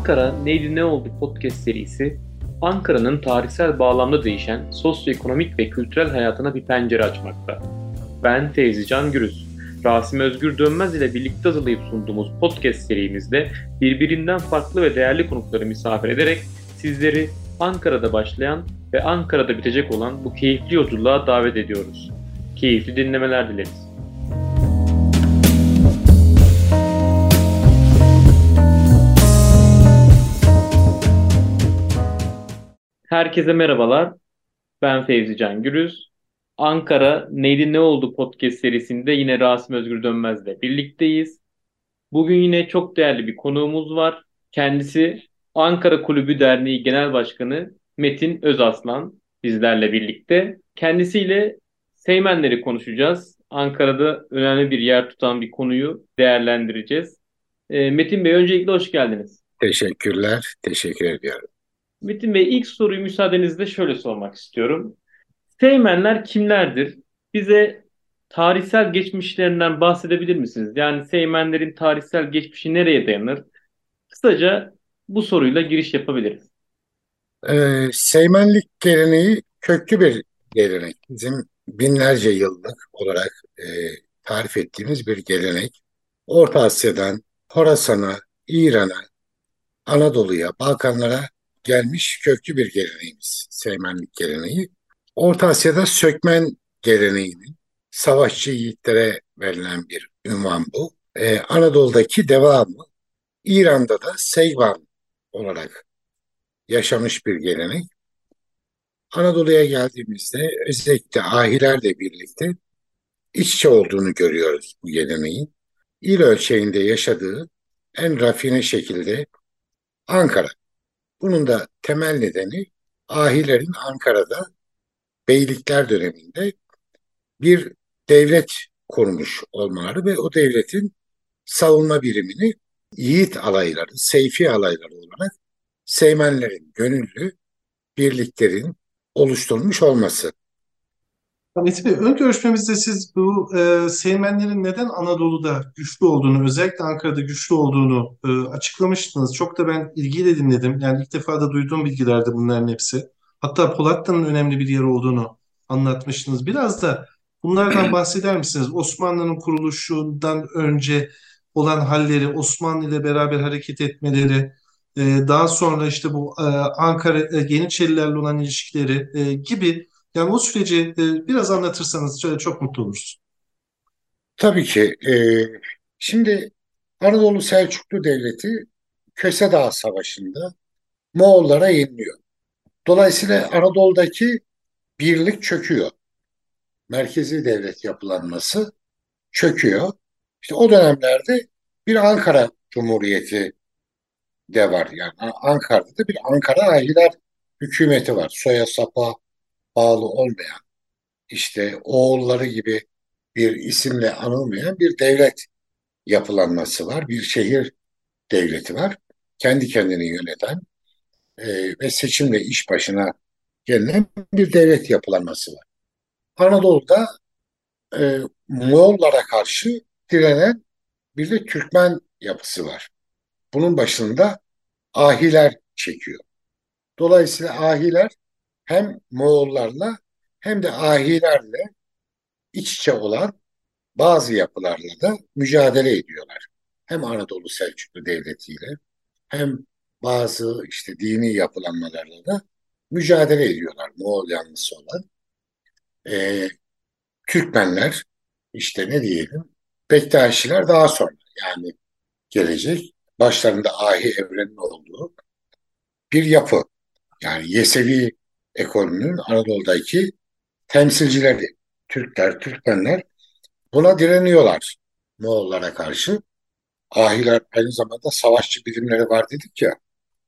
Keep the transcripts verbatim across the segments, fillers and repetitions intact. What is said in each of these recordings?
Ankara Neydi Ne Oldu podcast serisi, Ankara'nın tarihsel bağlamda değişen sosyoekonomik ve kültürel hayatına bir pencere açmakta. Ben Feyzi Can Gürüz. Rasim Özgür Dönmez ile birlikte hazırlayıp sunduğumuz podcast serimizde birbirinden farklı ve değerli konukları misafir ederek sizleri Ankara'da başlayan ve Ankara'da bitecek olan bu keyifli yolculuğa davet ediyoruz. Keyifli dinlemeler dileriz. Herkese merhabalar. Ben Fevzi Can Gürüz. Ankara Neydi Ne Oldu podcast serisinde yine Rasim Özgür Dönmez'le birlikteyiz. Bugün yine çok değerli bir konuğumuz var. Kendisi Ankara Kulübü Derneği Genel Başkanı Metin Özaslan bizlerle birlikte. Kendisiyle Seymenleri konuşacağız. Ankara'da önemli bir yer tutan bir konuyu değerlendireceğiz. Ee, Metin Bey, öncelikle hoş geldiniz. Teşekkürler, teşekkür ediyorum. Metin Bey, ilk soruyu müsaadenizle şöyle sormak istiyorum. Seymenler kimlerdir? Bize tarihsel geçmişlerinden bahsedebilir misiniz? Yani Seymenlerin tarihsel geçmişi nereye dayanır? Kısaca bu soruyla giriş yapabiliriz. Ee, Seymenlik geleneği köklü bir gelenek. Bizim binlerce yıllık olarak e, tarif ettiğimiz bir gelenek. Orta Asya'dan Horasan'a, İran'a, Anadolu'ya, Balkanlara gelmiş köklü bir geleneğimiz Seymenlik geleneği. Orta Asya'da Sökmen geleneğinin savaşçı yiğitlere verilen bir ünvan bu. Ee, Anadolu'daki devamı İran'da da Seyvan olarak yaşamış bir gelenek. Anadolu'ya geldiğimizde özellikle ahilerle birlikte iç içe olduğunu görüyoruz bu geleneğin. İl ölçeğinde yaşadığı en rafine şekilde Ankara. Bunun da temel nedeni ahilerin Ankara'da beylikler döneminde bir devlet kurmuş olmaları ve o devletin savunma birimini yiğit alayları, seyfi alayları olarak Seymenlerin, gönüllü birliklerin oluşturmuş olması. Metin Bey, ön görüşmemizde siz bu e, Seymenlerin neden Anadolu'da güçlü olduğunu, özellikle Ankara'da güçlü olduğunu e, açıklamıştınız. Çok da ben ilgiyle dinledim. Yani ilk defa da duyduğum bilgilerdi bunların hepsi. Hatta Polatlı'nın önemli bir yer olduğunu anlatmıştınız. Biraz da bunlardan bahseder misiniz? Osmanlı'nın kuruluşundan önce olan halleri, Osmanlı ile beraber hareket etmeleri, e, daha sonra işte bu e, Ankara, e, Yeniçerilerle olan ilişkileri e, gibi. Yani o süreci e, biraz anlatırsanız şöyle çok mutlu oluruz. Tabii ki. E, şimdi Anadolu Selçuklu Devleti Köse Dağı Savaşı'nda Moğollara yeniliyor. Dolayısıyla Anadolu'daki birlik çöküyor. Merkezi devlet yapılanması çöküyor. İşte o dönemlerde bir Ankara Cumhuriyeti de var. Yani Ankara'da da bir Ankara Ahiler hükümeti var. Soya sapa bağlı olmayan, işte oğulları gibi bir isimle anılmayan bir devlet yapılanması var. Bir şehir devleti var. Kendi kendini yöneten e, ve seçimle iş başına gelinen bir devlet yapılanması var. Anadolu'da e, Moğollara karşı direnen bir de Türkmen yapısı var. Bunun başında Ahiler çekiyor. Dolayısıyla Ahiler hem Moğollarla hem de Ahilerle iç içe olan bazı yapılarla da mücadele ediyorlar. Hem Anadolu Selçuklu Devleti'yle hem bazı işte dini yapılanmalarla da mücadele ediyorlar Moğol yanlısı olan. Ee, Türkmenler işte ne diyelim Bektaşiler daha sonra yani gelecek başlarında Ahi Evren'in olduğu bir yapı. Yani Yesevi ekolünün Anadolu'daki temsilcileri Türkler, Türkmenler buna direniyorlar Moğollara karşı. Ahiler aynı zamanda savaşçı birimleri var dedik ya.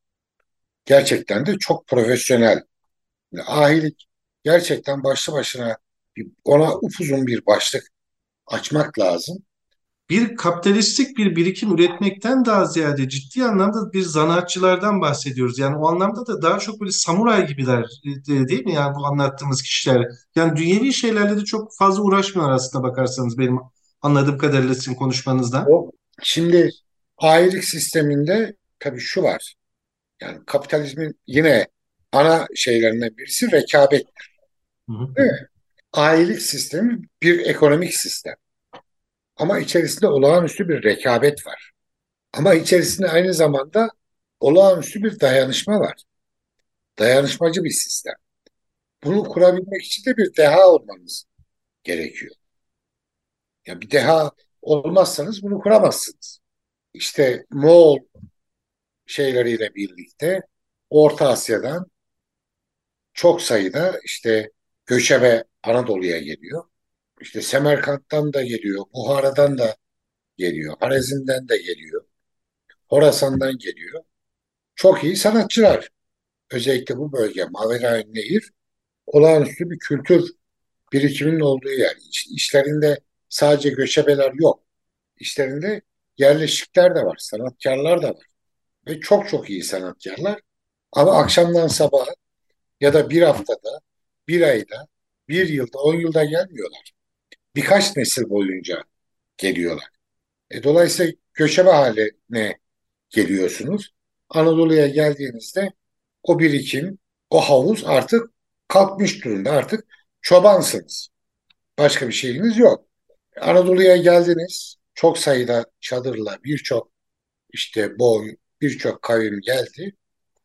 Gerçekten de çok profesyonel. Yani ahilik gerçekten başlı başına bir- ona upuzun bir başlık açmak lazım. Bir kapitalistik bir birikim üretmekten daha ziyade ciddi anlamda bir zanaatçılardan bahsediyoruz. Yani o anlamda da daha çok böyle samuray gibiler e, değil mi? Yani bu anlattığımız kişiler. Yani dünyevi şeylerle de çok fazla uğraşmıyorlar aslında bakarsanız benim anladığım kadarıyla sizin konuşmanızdan. O şimdi ahilik sisteminde tabii şu var. Yani kapitalizmin yine ana şeylerinden birisi rekabet. Hı hı. Değil mi? Ailelik sistemi bir ekonomik sistem. Ama içerisinde olağanüstü bir rekabet var. Ama içerisinde aynı zamanda olağanüstü bir dayanışma var. Dayanışmacı bir sistem. Bunu kurabilmek için de bir deha olmanız gerekiyor. Ya bir deha olmazsanız bunu kuramazsınız. İşte Moğol şeyleriyle birlikte Orta Asya'dan çok sayıda işte göçebe Anadolu'ya geliyor. İşte Semerkant'tan da geliyor, Buhara'dan da geliyor, Harezin'den de geliyor, Horasan'dan geliyor. Çok iyi sanatçılar. Özellikle bu bölge Maverayn Nehir olağanüstü bir kültür birikiminin olduğu yer. İç, içlerinde sadece göçebeler yok. İçlerinde yerleşikler de var, sanatkarlar da var. Ve çok çok iyi sanatkarlar. Ama akşamdan sabaha ya da bir haftada, bir ayda, bir yılda, on yılda gelmiyorlar. Birkaç nesil boyunca geliyorlar. E, dolayısıyla göçebe haline geliyorsunuz. Anadolu'ya geldiğinizde o birikim, o havuz artık kalkmış durumda. Artık çobansınız. Başka bir şeyiniz yok. Anadolu'ya geldiniz. Çok sayıda çadırla birçok işte boy, birçok kavim geldi.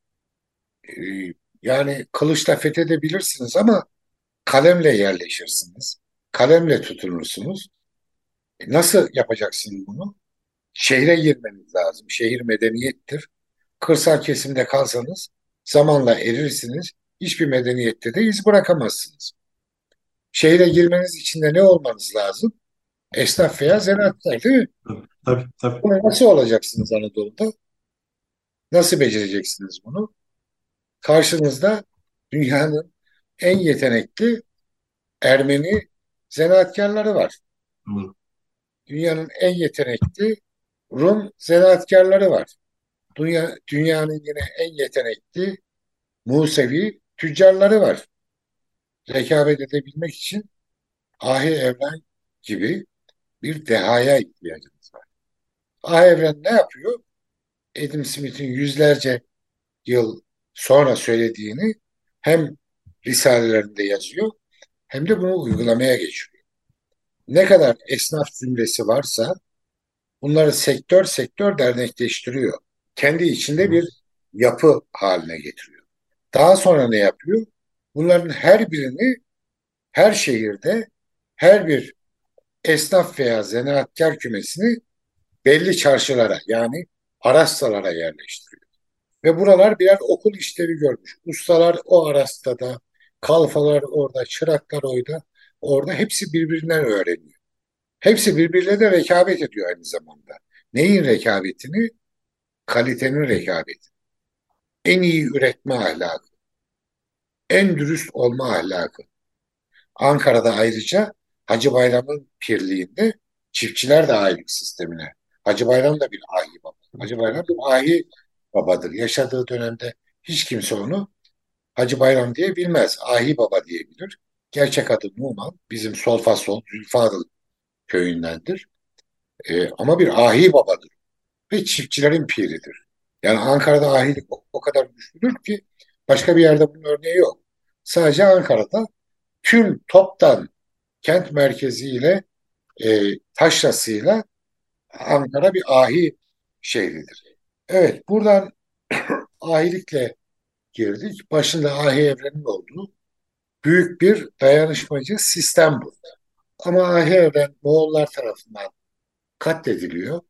Ee, Yani kılıçla fethedebilirsiniz ama kalemle yerleşirsiniz. Kalemle tutunursunuz. E, Nasıl yapacaksınız bunu? Şehre girmeniz lazım. Şehir medeniyettir. Kırsal kesimde kalsanız zamanla erirsiniz. Hiçbir medeniyette de iz bırakamazsınız. Şehre girmeniz için de ne olmanız lazım? Esnaf veya zanaatkar değil mi? Tabii, tabii, tabii. Bunu nasıl olacaksınız Anadolu'da? Nasıl becereceksiniz bunu? Karşınızda dünyanın en yetenekli Ermeni zanaatkarları var. Doğru. Dünyanın en yetenekli Rum zanaatkarları var. Dünya, dünyanın yine en yetenekli Musevi tüccarları var. Rekabet edebilmek için Ahi Evren gibi bir dehaya ihtiyacımız var. Ahi Evren ne yapıyor? Adam Smith'in yüzlerce yıl sonra söylediğini hem risalelerinde yazıyor hem de bunu uygulamaya geçiriyor. Ne kadar esnaf cümlesi varsa bunları sektör sektör dernekleştiriyor. Kendi Hı içinde hı. bir yapı haline getiriyor. Daha sonra ne yapıyor? Bunların her birini her şehirde her bir esnaf veya zanaatkar kümesini belli çarşılara yani arastalara yerleştiriyor. Ve buralar birer okul işlevi görmüş. Ustalar o arastada, kalfalar orada, çıraklar orada, orada hepsi birbirinden öğreniyor. Hepsi birbirleriyle rekabet ediyor aynı zamanda. Neyin rekabetini? Kalitenin rekabeti. En iyi üretme ahlakı, en dürüst olma ahlakı. Ankara'da ayrıca Hacı Bayram'ın pirliğinde çiftçiler de ahilik sistemine. Hacı Bayram da bir ahi baba. Hacı Bayram bir ahi babadır. Yaşadığı dönemde hiç kimse onu Hacı Bayram diye bilmez. Ahi Baba diyebilir. Gerçek adı Numan. Bizim Solfasol, Zülfadıl köyündendir. Ee, ama bir ahi babadır. Ve çiftçilerin piridir. Yani Ankara'da ahilik o, o kadar güçlüdür ki başka bir yerde bunun örneği yok. Sadece Ankara'da tüm toptan kent merkeziyle e, taşrasıyla Ankara bir ahi şehridir. Evet, buradan ahilikle girdik. Başında ahi evrenin olduğu büyük bir dayanışmacı sistem bu. Ama ahi evren Moğollar tarafından katlediliyor.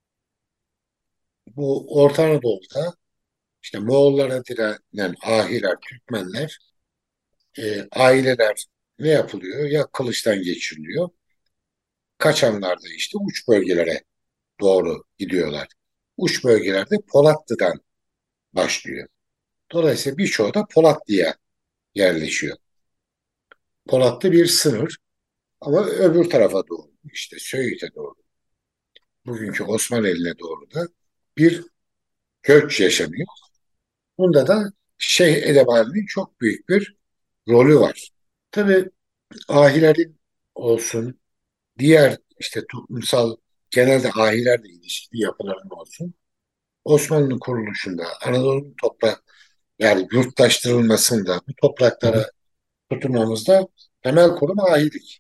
Bu Orta Anadolu'da işte Moğollara direnen ahiler, Türkmenler, e, aileler ne yapılıyor? Ya kılıçtan geçiriliyor. Kaçanlar da işte uç bölgelere doğru gidiyorlar. Uç bölgelerde Polatlı'dan başlıyor. Dolayısıyla birçoğu da Polatlı'ya yerleşiyor. Polatlı bir sınır ama öbür tarafa doğru işte Söğüt'e doğru bugünkü Osmaneli'ne doğru da bir göç yaşanıyor. Bunda da Şeyh Edebali'nin çok büyük bir rolü var. Tabii ahilerin olsun, diğer işte toplumsal genelde ahilerle ilişkili yapıların olsun. Osmanlı kuruluşunda, Anadolu'nun toprak yani yurtlaştırılmasında, bu topraklara tutunmamızda temel kurum ahilik.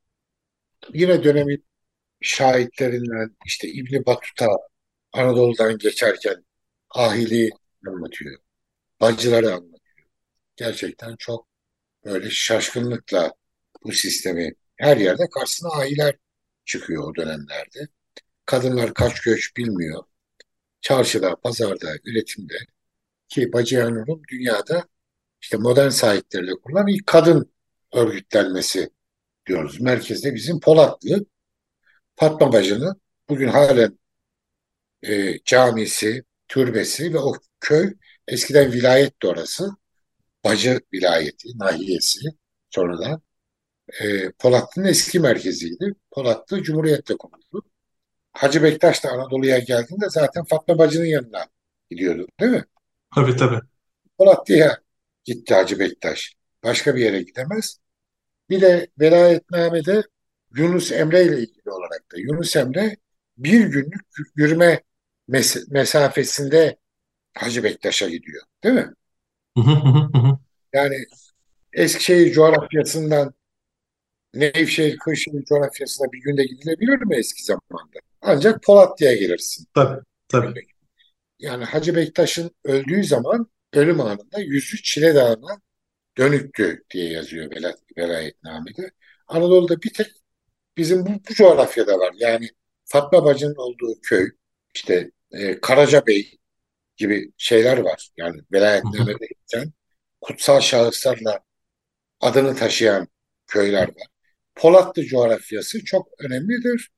Yine dönemin şahitlerinden işte İbni Battuta Anadolu'dan geçerken ahiliği anlatıyor. Bacıları anlatıyor. Gerçekten çok böyle şaşkınlıkla bu sistemi her yerde karşısına ahiler çıkıyor o dönemlerde. Kadınlar kaç göç bilmiyor. Çarşıda, pazarda, üretimde ki Bacı Nur'un dünyada işte modern sahipleriyle kurulan ilk kadın örgütlenmesi diyoruz. Merkezde bizim Polatlı Fatma Bacı'nın bugün halen e, camisi, türbesi ve o köy eskiden vilayetti orası. Bacı vilayeti, nahiyesi sonradan e, Polatlı'nın eski merkeziydi. Polatlı Cumhuriyet'le kuruldu. Hacı Bektaş da Anadolu'ya geldiğinde zaten Fatma Bacı'nın yanına gidiyordu, değil mi? Tabii tabii. Polatlı'ya gitti Hacı Bektaş. Başka bir yere gidemez. Bir de velayetnamede Yunus Emre ile ilgili olarak da Yunus Emre bir günlük yürüme mes- mesafesinde Hacı Bektaş'a gidiyor, değil mi? Hı hı hı hı. Yani Eskişehir coğrafyasından Nevşehir, Kırşehir coğrafyasına bir günde gidilebilir mi eski zamanda? Ancak Polatlı'ya gelirsin. Tabii tabii. Yani Hacı Bektaş'ın öldüğü zaman ölüm anında yüzü Çile Dağı'na dönüktü diye yazıyor vela- velayetnamede. Anadolu'da bir tek bizim bu, bu coğrafyada var. Yani Fatma Bacı'nın olduğu köy, işte e, Karacabey gibi şeyler var. Yani Hı hı. velayetnamede geçen kutsal şahıslarla adını taşıyan köyler var. Polatlı coğrafyası çok önemlidir.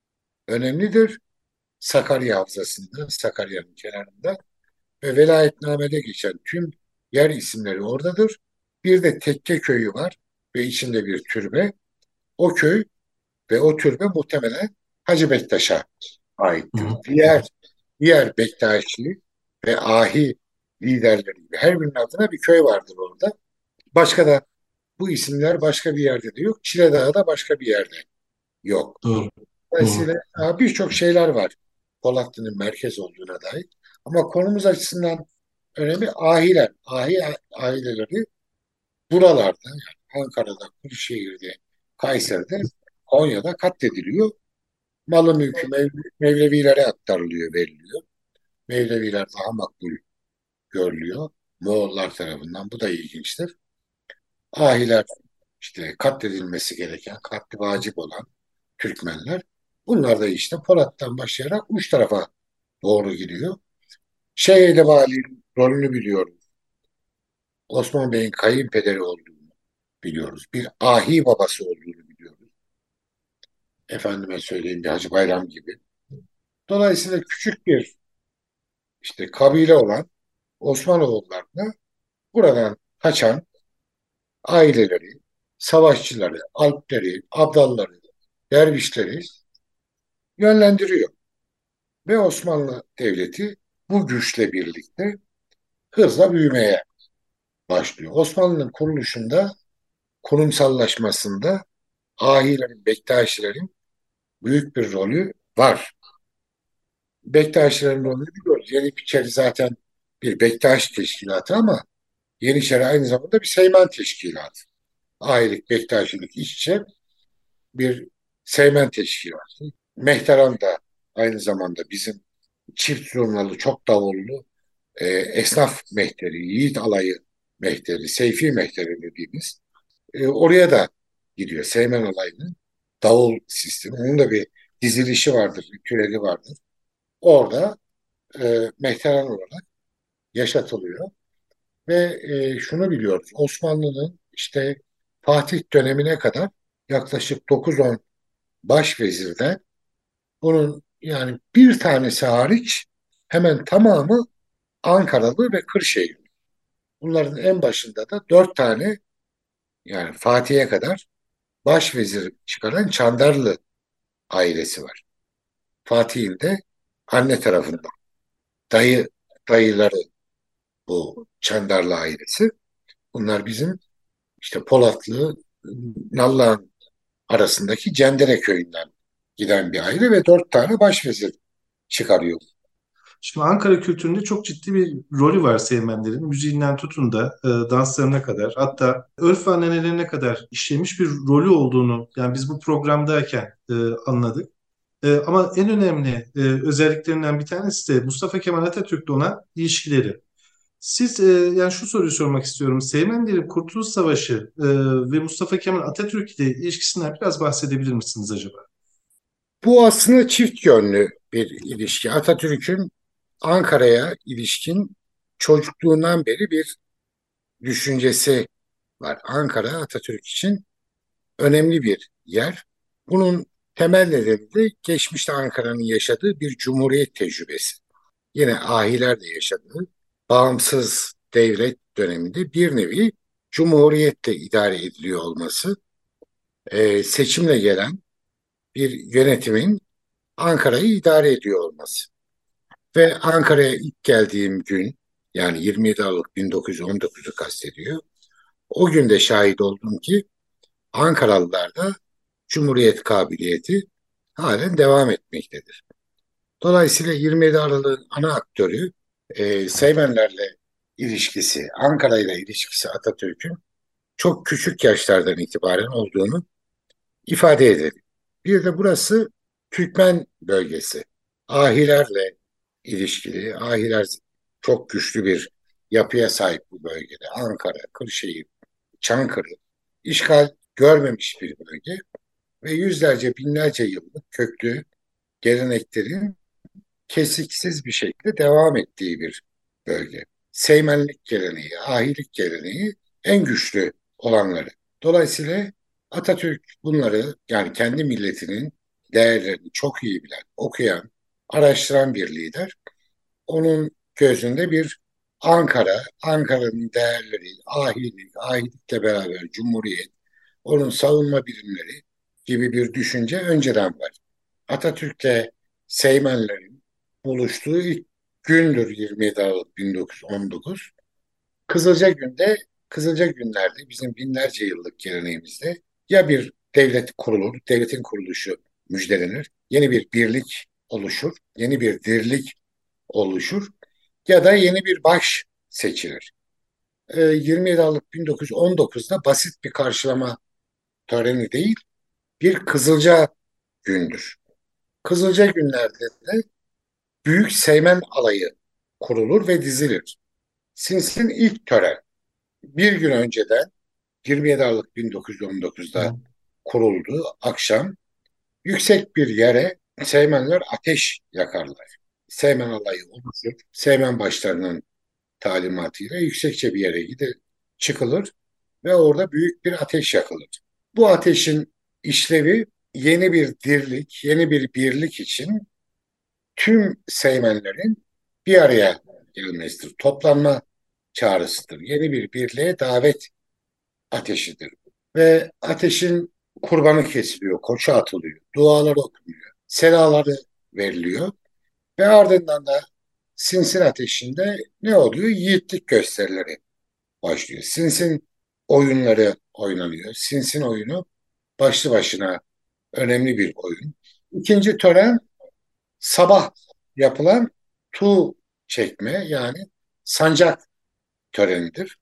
Önemlidir. Sakarya Havzası'nda, Sakarya'nın kenarında ve velayetnamede geçen tüm yer isimleri oradadır. Bir de Tekke köyü var ve içinde bir türbe. O köy ve o türbe muhtemelen Hacı Bektaş'a Hı aittir. hı. Diğer diğer Bektaşi ve Ahi liderleri gibi her birinin adına bir köy vardır orada. Başka da bu isimler başka bir yerde de yok. Çile Dağı da başka bir yerde yok. Doğru. Doğru. Dolayısıyla daha birçok şeyler var Polatlı'nın merkez olduğuna dair. Ama konumuz açısından önemli ahiler. Ahi aileleri buralarda yani Ankara'da, Kırşehir'de, Kayseri'de, Konya'da katlediliyor. Malı mülkü Mev- Mevlevilere aktarılıyor, veriliyor. Mevleviler daha makbul görülüyor Moğollar tarafından. Bu da ilginçtir. Ahiler işte katledilmesi gereken, katli vacip olan Türkmenler. Bunlar da işte Polat'tan başlayarak uç tarafa doğru gidiyor. Şeyh'le vali rolünü biliyoruz. Osman Bey'in kayınpederi olduğunu biliyoruz. Bir ahi babası olduğunu biliyoruz. Efendime söyleyeyim bir Hacı Bayram gibi. Dolayısıyla küçük bir işte kabile olan Osmanoğullarına buradan kaçan aileleri, savaşçıları, alpleri, abdalları, dervişleri yönlendiriyor. Ve Osmanlı Devleti bu güçle birlikte hızla büyümeye başlıyor. Osmanlı'nın kuruluşunda, kurumsallaşmasında ahilerin, Bektaşilerin büyük bir rolü var. Bektaşilerin rolünü biliyoruz. Yeniçeri zaten bir Bektaş teşkilatı ama Yeniçeri aynı zamanda bir Seymen teşkilatı. Ahilik, Bektaşilik iç içe bir Seymen teşkilatı. Mehteran da aynı zamanda bizim çift zurnalı, çok davullu e, esnaf mehteri, yiğit alayı mehteri, Seyfi mehteri dediğimiz e, oraya da gidiyor. Seymen alayının davul sistemi. Onun da bir dizilişi vardır, bir türevi vardır. Orada e, mehteran olarak yaşatılıyor. Ve e, şunu biliyoruz. Osmanlı'nın işte Fatih dönemine kadar yaklaşık dokuz on başvezirden bunun yani bir tanesi hariç hemen tamamı Ankaralı ve Kırşehirli. Bunların en başında da dört tane yani Fatih'e kadar başvezir çıkaran Çandarlı ailesi var. Fatih'in de anne tarafından dayı dayıları bu Çandarlı ailesi. Bunlar bizim işte Polatlı, Nallıhan arasındaki Cendere köyünden giden bir aile ve dört tane başvezir çıkarıyor. Şimdi Ankara kültüründe çok ciddi bir rolü var Seymenlerin. Müziğinden tutun da e, danslarına kadar, hatta örf ve ananelerine kadar işlemiş bir rolü olduğunu yani biz bu programdayken e, anladık. E, ama en önemli e, özelliklerinden bir tanesi de Mustafa Kemal Atatürk'le olan ilişkileri. Siz e, yani şu soruyu sormak istiyorum. Seymenlerin Kurtuluş Savaşı e, ve Mustafa Kemal Atatürk ile ilişkisinden biraz bahsedebilir misiniz acaba? Bu aslında çift yönlü bir ilişki. Atatürk'ün Ankara'ya ilişkin çocukluğundan beri bir düşüncesi var. Ankara Atatürk için önemli bir yer. Bunun temel nedeni de geçmişte Ankara'nın yaşadığı bir cumhuriyet tecrübesi. Yine ahiler de yaşadığı bağımsız devlet döneminde bir nevi cumhuriyetle idare ediliyor olması, e, seçimle gelen bir yönetimin Ankara'yı idare ediyor olması. Ve Ankara'ya ilk geldiğim gün, yani yirmi yedi Aralık bin dokuz yüz on dokuzu kastediyor. O gün de şahit oldum ki Ankaralılarda Cumhuriyet kabiliyeti halen devam etmektedir. Dolayısıyla yirmi yedi Aralık'ın ana aktörü, e, Seymenlerle ilişkisi, Ankara ile ilişkisi Atatürk'ün çok küçük yaşlardan itibaren olduğunu ifade edelim. Bir de burası Türkmen bölgesi. Ahilerle ilişkili. Ahiler çok güçlü bir yapıya sahip bu bölgede. Ankara, Kırşehir, Çankırı işgal görmemiş bir bölge ve yüzlerce binlerce yıllık köklü geleneklerin kesiksiz bir şekilde devam ettiği bir bölge. Seymenlik geleneği, ahilik geleneği en güçlü olanları. Dolayısıyla Atatürk bunları, yani kendi milletinin değerlerini çok iyi bilen, okuyan, araştıran bir lider. Onun gözünde bir Ankara, Ankara'nın değerleri, ahilik, ahilikle beraber cumhuriyet, onun savunma birimleri gibi bir düşünce önceden var. Atatürk'le Seymenlerin buluştuğu ilk gündür yirmi yedi Aralık bin dokuz yüz on dokuz. Kızılca Gün'de, Kızılca Günler'de bizim binlerce yıllık geleneğimizde ya bir devlet kurulur, devletin kuruluşu müjdelenir, yeni bir birlik oluşur, yeni bir dirlik oluşur ya da yeni bir baş seçilir. Ee, yirmi yedi Aralık bin dokuz yüz on dokuzda basit bir karşılama töreni değil, bir Kızılca Gündür. Kızılca Günler'de de Büyük Seymen Alayı kurulur ve dizilir. Sins'in ilk tören bir gün önceden yirmi yedi Aralık bin dokuz yüz on dokuzda kuruldu. Akşam yüksek bir yere Seymenler ateş yakarlar. Seymen Alayı oluşur. Seymen başlarının talimatıyla yüksekçe bir yere gider, çıkılır ve orada büyük bir ateş yakılır. Bu ateşin işlevi yeni bir dirlik, yeni bir birlik için tüm Seymenlerin bir araya gelmesidir. Toplanma çağrısıdır. Yeni bir birliğe davet ateşidir. Ve ateşin kurbanı kesiliyor, koçu atılıyor, dualar okunuyor, selaları veriliyor ve ardından da Sinsin ateşinde ne oluyor? Yiğitlik gösterileri başlıyor. Sinsin oyunları oynanıyor. Sinsin oyunu başlı başına önemli bir oyun. İkinci tören sabah yapılan tu çekme, yani sancak törenidir.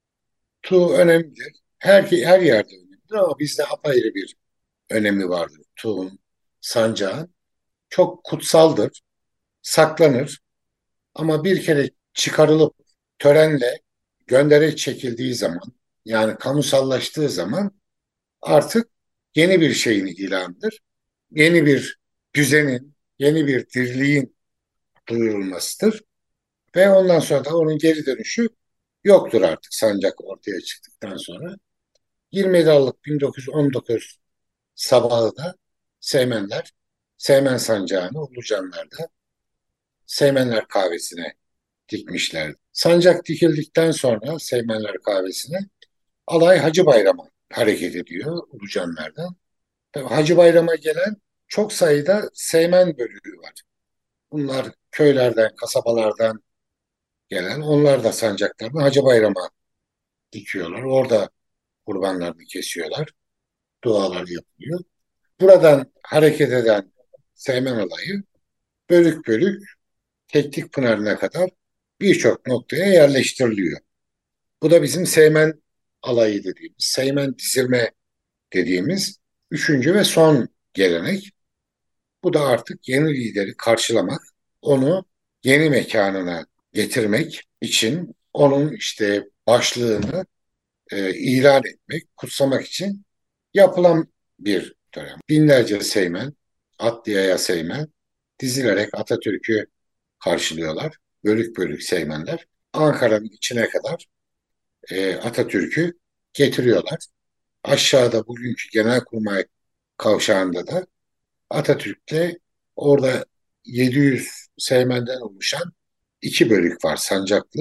Tu önemlidir. Her, her yerde önemlidir ama bizde apayrı bir önemi vardır. Tuğun, sancağın çok kutsaldır, saklanır ama bir kere çıkarılıp törenle göndere çekildiği zaman, yani kamusallaştığı zaman artık yeni bir şeyin ilanıdır. Yeni bir düzenin, yeni bir dirliğin duyurulmasıdır. Ve ondan sonra da onun geri dönüşü yoktur artık sancak ortaya çıktıktan sonra. yirmi yedi Aralık bin dokuz yüz on dokuz sabahı da Seymenler, Seymen sancağını Ulucanlar'da Seymenler kahvesine dikmişlerdi. Sancak dikildikten sonra Seymenler kahvesine alay Hacı Bayram'a hareket ediyor Ulucanlar'dan. Tabii Hacı Bayram'a gelen çok sayıda Seymen bölüğü var. Bunlar köylerden, kasabalardan gelen, onlar da sancaklarını Hacı Bayram'a dikiyorlar. Orada kurbanlarını kesiyorlar. Dualar yapılıyor. Buradan hareket eden Seymen olayı bölük bölük Keklikpınarı'na kadar birçok noktaya yerleştiriliyor. Bu da bizim Seymen alayı dediğimiz, Seymen dizilme dediğimiz üçüncü ve son gelenek. Bu da artık yeni lideri karşılamak, onu yeni mekanına getirmek için onun işte başlığını e, ilan etmek, kutsamak için yapılan bir tören. Binlerce Seymen, at yaya Seymen dizilerek Atatürk'ü karşılıyorlar. Bölük bölük Seymenler. Ankara'nın içine kadar e, Atatürk'ü getiriyorlar. Aşağıda bugünkü Genelkurmay kavşağında da Atatürk'le orada yedi yüz Seymen'den oluşan iki bölük var sancaklı.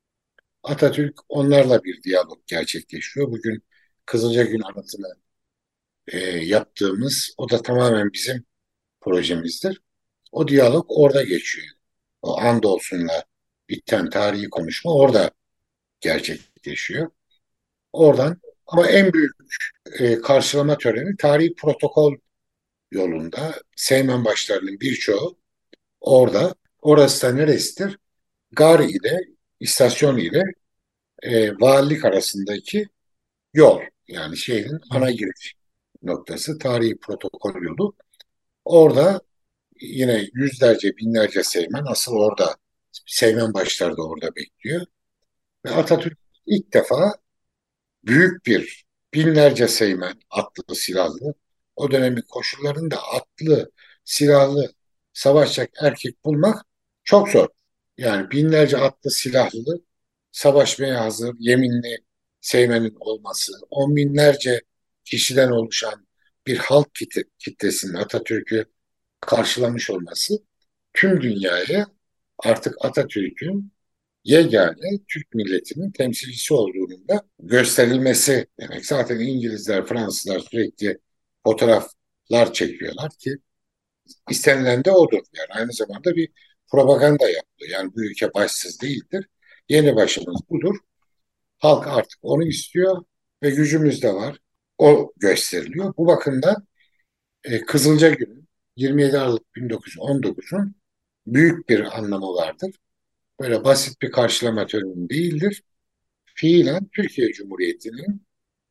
Atatürk onlarla bir diyalog gerçekleşiyor. Bugün Kızılcagül anıtını e, yaptığımız, o da tamamen bizim projemizdir. O diyalog orada geçiyor. O andolsunla biten tarihi konuşma orada gerçekleşiyor. Oradan ama en büyük e, karşılama töreni tarihi protokol yolunda. Seymen başlarının birçoğu orada. Orası da neresidir? Gar ile istasyon ile e, valilik arasındaki yol. Yani şehrin ana giriş noktası tarihi protokol yolu. Orada yine yüzlerce binlerce Seymen asıl orada Seymen başları da orada bekliyor. Ve Atatürk ilk defa büyük bir binlerce Seymen atlı silahlı o dönemin koşullarında atlı silahlı savaşacak erkek bulmak çok zor. Yani binlerce atlı silahlı savaşmaya hazır yeminli Seymen'in olması, on binlerce kişiden oluşan bir halk kitle, kitlesinin Atatürk'ü karşılamış olması tüm dünyaya artık Atatürk'ün yegane Türk milletinin temsilcisi olduğunun da gösterilmesi demek. Zaten İngilizler, Fransızlar sürekli fotoğraflar çekiyorlar ki istenilen de odur. Yani aynı zamanda bir propaganda yapıyor. Yani bu ülke başsız değildir. Yeni başımız budur. Halk artık onu istiyor ve gücümüz de var. O gösteriliyor. Bu bakımdan e, Kızılcagül'ün yirmi yedi Aralık bin dokuz yüz on dokuzun büyük bir anlamı vardır. Böyle basit bir karşılama töreni değildir. Fiilen Türkiye Cumhuriyeti'nin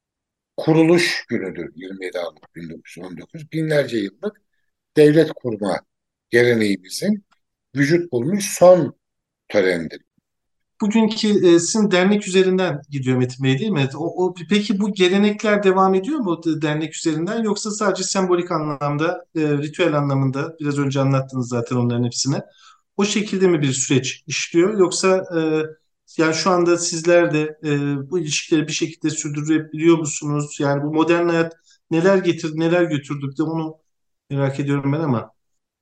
kuruluş günüdür yirmi yedi Aralık bin dokuz yüz on dokuz. Binlerce yıllık devlet kurma geleneğimizin vücut bulmuş son törenidir. Bugünkü e, sizin dernek üzerinden gidiyor Metin Bey, değil mi? O, o, peki bu gelenekler devam ediyor mu d- dernek üzerinden, yoksa sadece sembolik anlamda, e, ritüel anlamında, biraz önce anlattınız zaten onların hepsini. O şekilde mi bir süreç işliyor, yoksa e, yani şu anda sizler de e, bu ilişkileri bir şekilde sürdürebiliyor musunuz? Yani bu modern hayat neler getirdi, neler götürdü de onu merak ediyorum ben ama.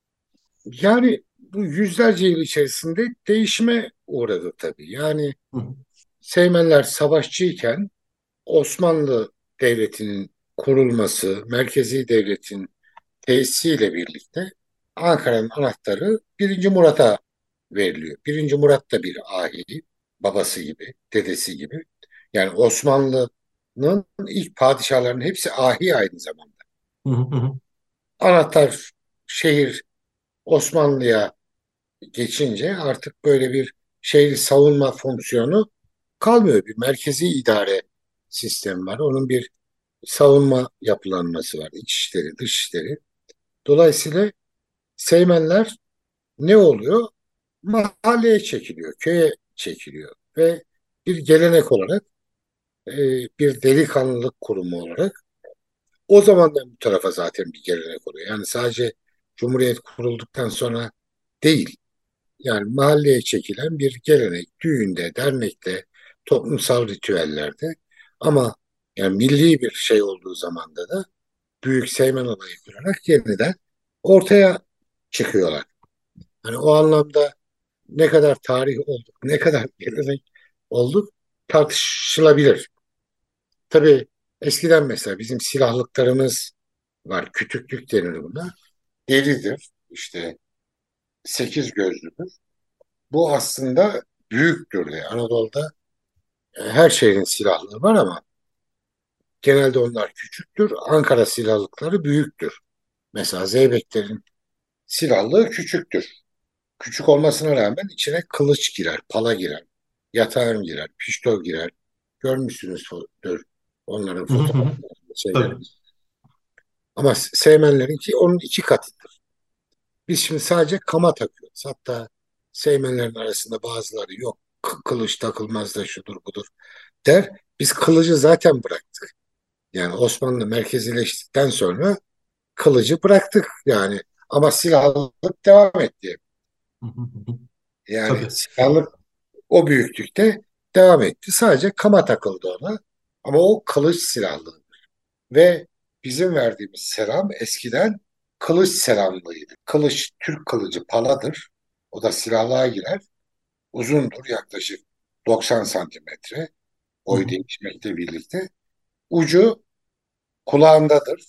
Yani bu yüzlerce yıl içerisinde değişime uğradı tabii. Yani Hı Seymenler savaşçıyken Osmanlı Devleti'nin kurulması, merkezi devletin tesisiyle birlikte Ankara'nın anahtarı birinci Murat'a veriliyor. Birinci Murat da bir ahi, babası gibi, dedesi gibi. Yani Osmanlı'nın ilk padişahlarının hepsi ahi aynı zamanda. hı hı hı. Anahtar şehir Osmanlı'ya geçince artık böyle bir şehri savunma fonksiyonu kalmıyor. Bir merkezi idare sistemi var. Onun bir savunma yapılanması var. İçişleri, dışişleri. Dolayısıyla Seymenler ne oluyor? Mahalleye çekiliyor, köye çekiliyor ve bir gelenek olarak, e, bir delikanlılık kurumu olarak o zamandan bu tarafa zaten bir gelenek oluyor. Yani sadece Cumhuriyet kurulduktan sonra değil. Yani mahalleye çekilen bir gelenek, düğünde, dernekte, toplumsal ritüellerde ama yani milli bir şey olduğu zamanda da Büyük Seymen Olayı kurarak yeniden ortaya çıkıyorlar. Hani o anlamda ne kadar tarih olduk, ne kadar gelenek olduk tartışılabilir. Tabii eskiden mesela bizim silahlıklarımız var. Kütüklük denir buna. Deridir. İşte sekiz gözlüdür. Bu aslında büyüktür de. Anadolu'da e, her şehrin silahları var ama genelde onlar küçüktür. Ankara silahlıkları büyüktür. Mesela Zeybeklerin silahlığı küçüktür. Küçük olmasına rağmen içine kılıç girer, pala girer, yatağın girer, pişto girer. Görmüşsünüzdür onların Hı hı hı. Hı. fotoğraflarını, şeyleri. Tabii. Ama Seymenlerinki onun iki katıdır. Biz şimdi sadece kama takıyoruz. Hatta Seymenlerin arasında bazıları yok. K- kılıç takılmaz da şudur budur der. Biz kılıcı zaten bıraktık. Yani Osmanlı merkezileştikten sonra kılıcı bıraktık yani. Ama silahlılık devam etti. Hı hı hı. Yani Tabii. silahlık o büyüklükte devam etti. Sadece kama takıldı ona. Ama o kılıç silahlı. Ve bizim verdiğimiz selam eskiden kılıç selamlığıydı. Kılıç, Türk kılıcı paladır. O da silahlığa girer. Uzundur, yaklaşık doksan santimetre. Hı Boy hı. değişmekle birlikte. Ucu kulağındadır.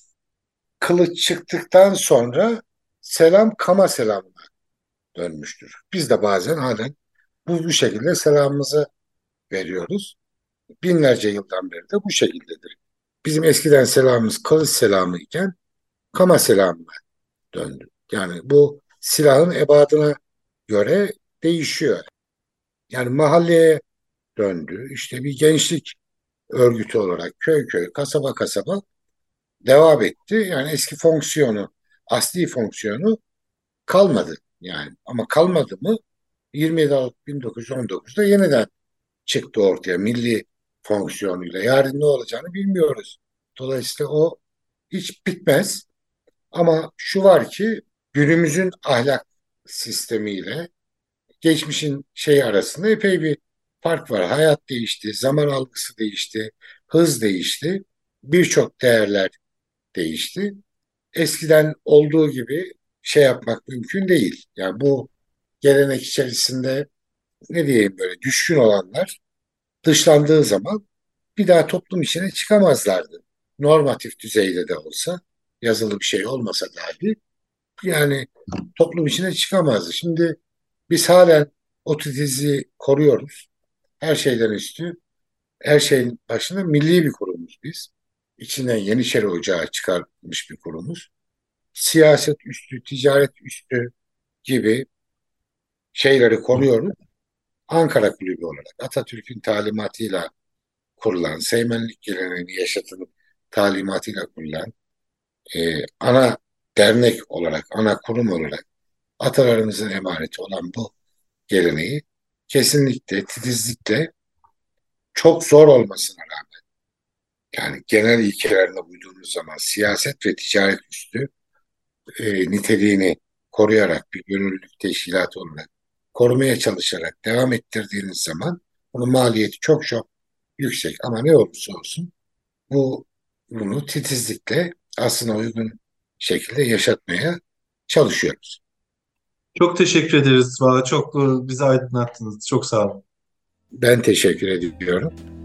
Kılıç çıktıktan sonra selam kama selamına dönmüştür. Biz de bazen halen bu, bu şekilde selamımızı veriyoruz. Binlerce yıldan beri de bu şekildedir. Bizim eskiden selamımız kılıç selamı iken kama selamına döndü. Yani bu silahın ebadına göre değişiyor. Yani mahalleye döndü. İşte bir gençlik örgütü olarak köy köy, kasaba kasaba devam etti. Yani eski fonksiyonu, asli fonksiyonu kalmadı. Yani ama kalmadı mı yirmi yedi Aralık bin dokuz yüz on dokuzda yeniden çıktı ortaya milli fonksiyonuyla. Yarın ne olacağını bilmiyoruz. Dolayısıyla o hiç bitmez. Ama şu var ki günümüzün ahlak sistemiyle geçmişin şey arasında epey bir fark var. Hayat değişti, zaman algısı değişti, hız değişti, birçok değerler değişti. Eskiden olduğu gibi şey yapmak mümkün değil. Yani bu gelenek içerisinde ne diyeyim böyle düşkün olanlar dışlandığı zaman bir daha toplum içine çıkamazlardı. Normatif düzeyde de olsa, yazılı bir şey olmasa dahi yani toplum içine çıkamazdı. Şimdi biz halen o titizi koruyoruz. Her şeyden üstü, her şeyin başında milli bir kurumuz biz. İçinden Yeniçeri Ocağı çıkartmış bir kurumuz. Siyaset üstü, ticaret üstü gibi şeyleri koruyoruz. Ankara Kulübü olarak Atatürk'ün talimatıyla kurulan, Seymenlik geleneğini yaşatılıp talimatıyla kurulan e, ana dernek olarak, ana kurum olarak atalarımızın emaneti olan bu geleneği kesinlikle, titizlikle çok zor olmasına rağmen yani genel ilkelerine uyduğumuz zaman siyaset ve ticaret üstü e, niteliğini koruyarak bir gönüllülük teşkilatı olarak korumaya çalışarak devam ettirdiğiniz zaman bunun maliyeti çok çok yüksek. Ama ne olursa olsun bu bunu titizlikle aslına uygun şekilde yaşatmaya çalışıyoruz. Çok teşekkür ederiz. Valla çok e, bizi aydınlattınız. Çok sağ olun. Ben teşekkür ediyorum.